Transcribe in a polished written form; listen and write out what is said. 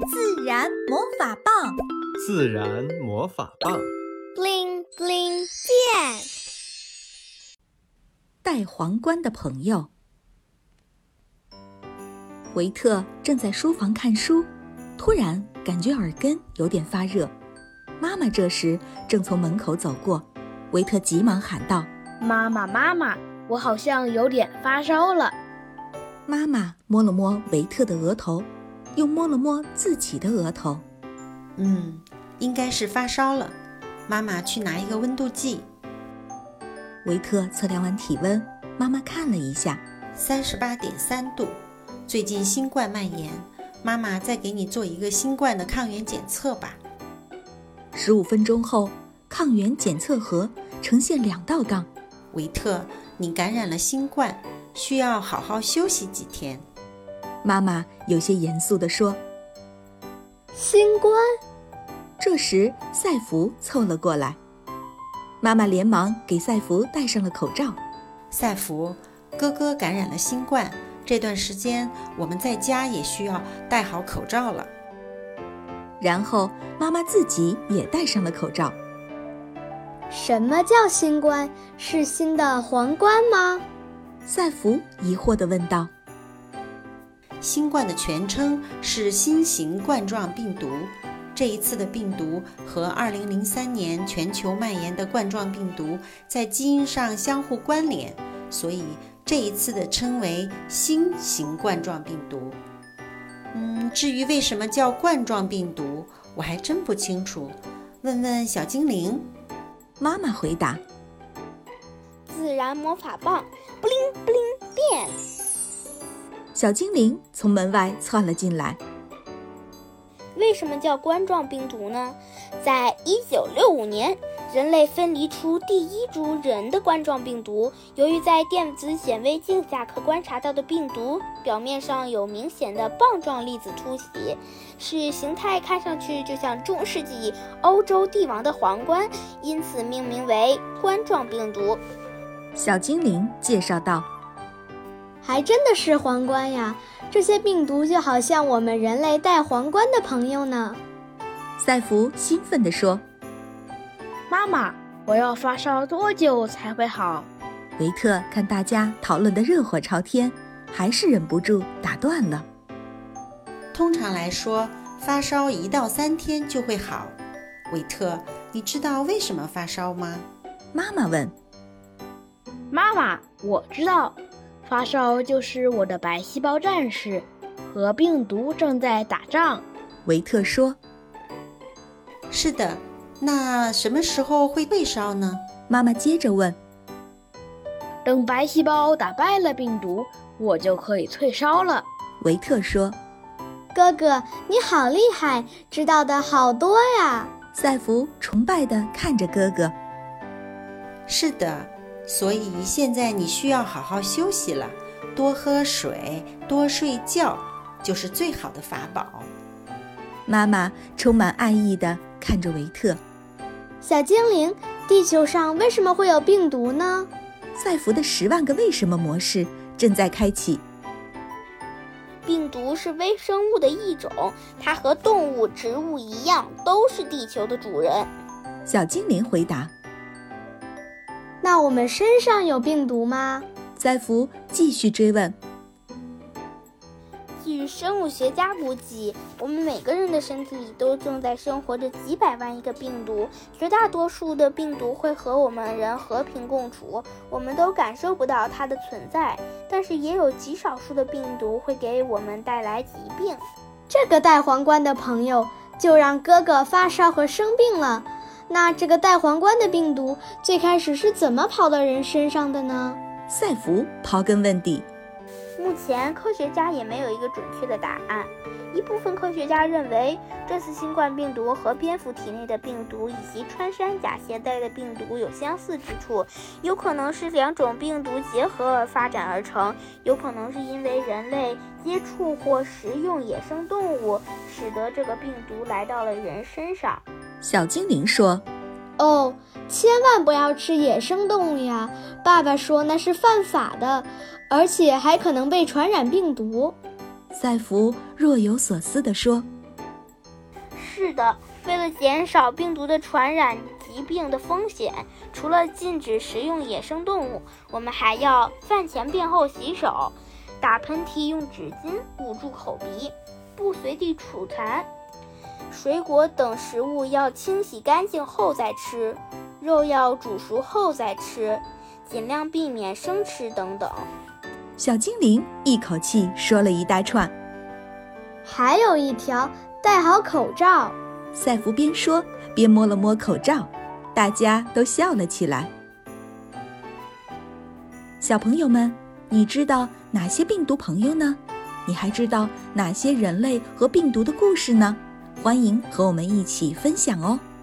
自然魔法棒， 自然魔法棒 ，bling bling 变。 戴皇冠的朋友。维特正在书房看书，突然感觉耳根有点发热。妈妈这时正从门口走过，维特急忙喊道：“ 妈妈，妈妈，我好像有点发烧了。” 妈妈摸了摸维特的额头，又摸了摸自己的额头。 应该是发烧了。妈妈去拿一个温度计。 维特测量完体温，妈妈看了一下 ，38.3度。最近新冠蔓延，妈妈再给你做一个新冠的抗原检测吧。 15分钟后，抗原检测盒呈现2道杠。 维特，你感染了新冠，需要好好休息几天。 妈妈有些严肃地说。 新冠？ 这时赛弗凑了过来，妈妈连忙给赛弗戴上了口罩。 赛弗，哥哥感染了新冠，这段时间我们在家也需要戴好口罩了。 然后妈妈自己也戴上了口罩。 什么叫新冠？是新的皇冠吗？ 赛弗疑惑地问道。 新冠的全称是新型冠状病毒，这一次的病毒和2003年全球蔓延的冠状病毒在基因上相互关联，所以这一次的称为新型冠状病毒。至于为什么叫冠状病毒，我还真不清楚，问问小精灵。 妈妈回答。 自然魔法棒 ，bling bling 变。 小精灵从门外窜了进来。 为什么叫冠状病毒呢？在1965年，人类分离出第一株人的冠状病毒。由于在电子显微镜下可观察到的病毒表面上有明显的棒状粒子突起，使形态看上去就像中世纪欧洲帝王的皇冠，因此命名为冠状病毒。 小精灵介绍道。 还真的是皇冠呀，这些病毒就好像我们人类戴皇冠的朋友呢。 赛弗兴奋地说。 妈妈，我要发烧多久才会好？ 维特看大家讨论得热火朝天，还是忍不住打断了。 通常来说，发烧1到3天就会好。维特，你知道为什么发烧吗？ 妈妈问。 妈妈，我知道，发烧就是我的白细胞战士和病毒正在打仗。 维特说。 是的，那什么时候会退烧呢？ 妈妈接着问。 等白细胞打败了病毒，我就可以退烧了。 维特说。 哥哥，你好厉害，知道的好多呀。 赛弗崇拜地看着哥哥。 是的，所以现在你需要好好休息了，多喝水，多睡觉，就是最好的法宝。 妈妈充满爱意地看着维特。 小精灵，地球上为什么会有病毒呢？ 赛弗的10万个为什么模式正在开启。 病毒是微生物的一种，它和动物、植物一样，都是地球的主人。 小精灵回答。 那我们身上有病毒吗？ 赛弗继续追问。 据生物学家估计，我们每个人的身体里都正在生活着几百万亿个病毒，绝大多数的病毒会和我们人和平共处，我们都感受不到它的存在，但是也有极少数的病毒会给我们带来疾病。这个戴皇冠的朋友就让哥哥发烧和生病了。那这个戴皇冠的病毒最开始是怎么跑到人身上的呢？ 赛弗刨根问底。 目前科学家也没有一个准确的答案。一部分科学家认为，这次新冠病毒和蝙蝠体内的病毒以及穿山甲携带的病毒有相似之处，有可能是2种病毒结合而发展而成，有可能是因为人类接触或食用野生动物，使得这个病毒来到了人身上。 小精灵说。 哦，千万不要吃野生动物呀，爸爸说那是犯法的，而且还可能被传染病毒。 赛弗若有所思地说。 的，为了减少病毒的传染疾病的风险，除了禁止食用野生动物，我们还要饭前便后洗手，打喷嚏用纸巾捂住口鼻，不随地吐痰，水果等食物要清洗干净后再吃，肉要煮熟后再吃，尽量避免生吃等等。 小精灵一口气说了一大串。 还有一条，戴好口罩。 赛弗边说边摸了摸口罩，大家都笑了起来。小朋友们，你知道哪些病毒朋友呢？你还知道哪些人类和病毒的故事呢？欢迎和我们一起分享哦。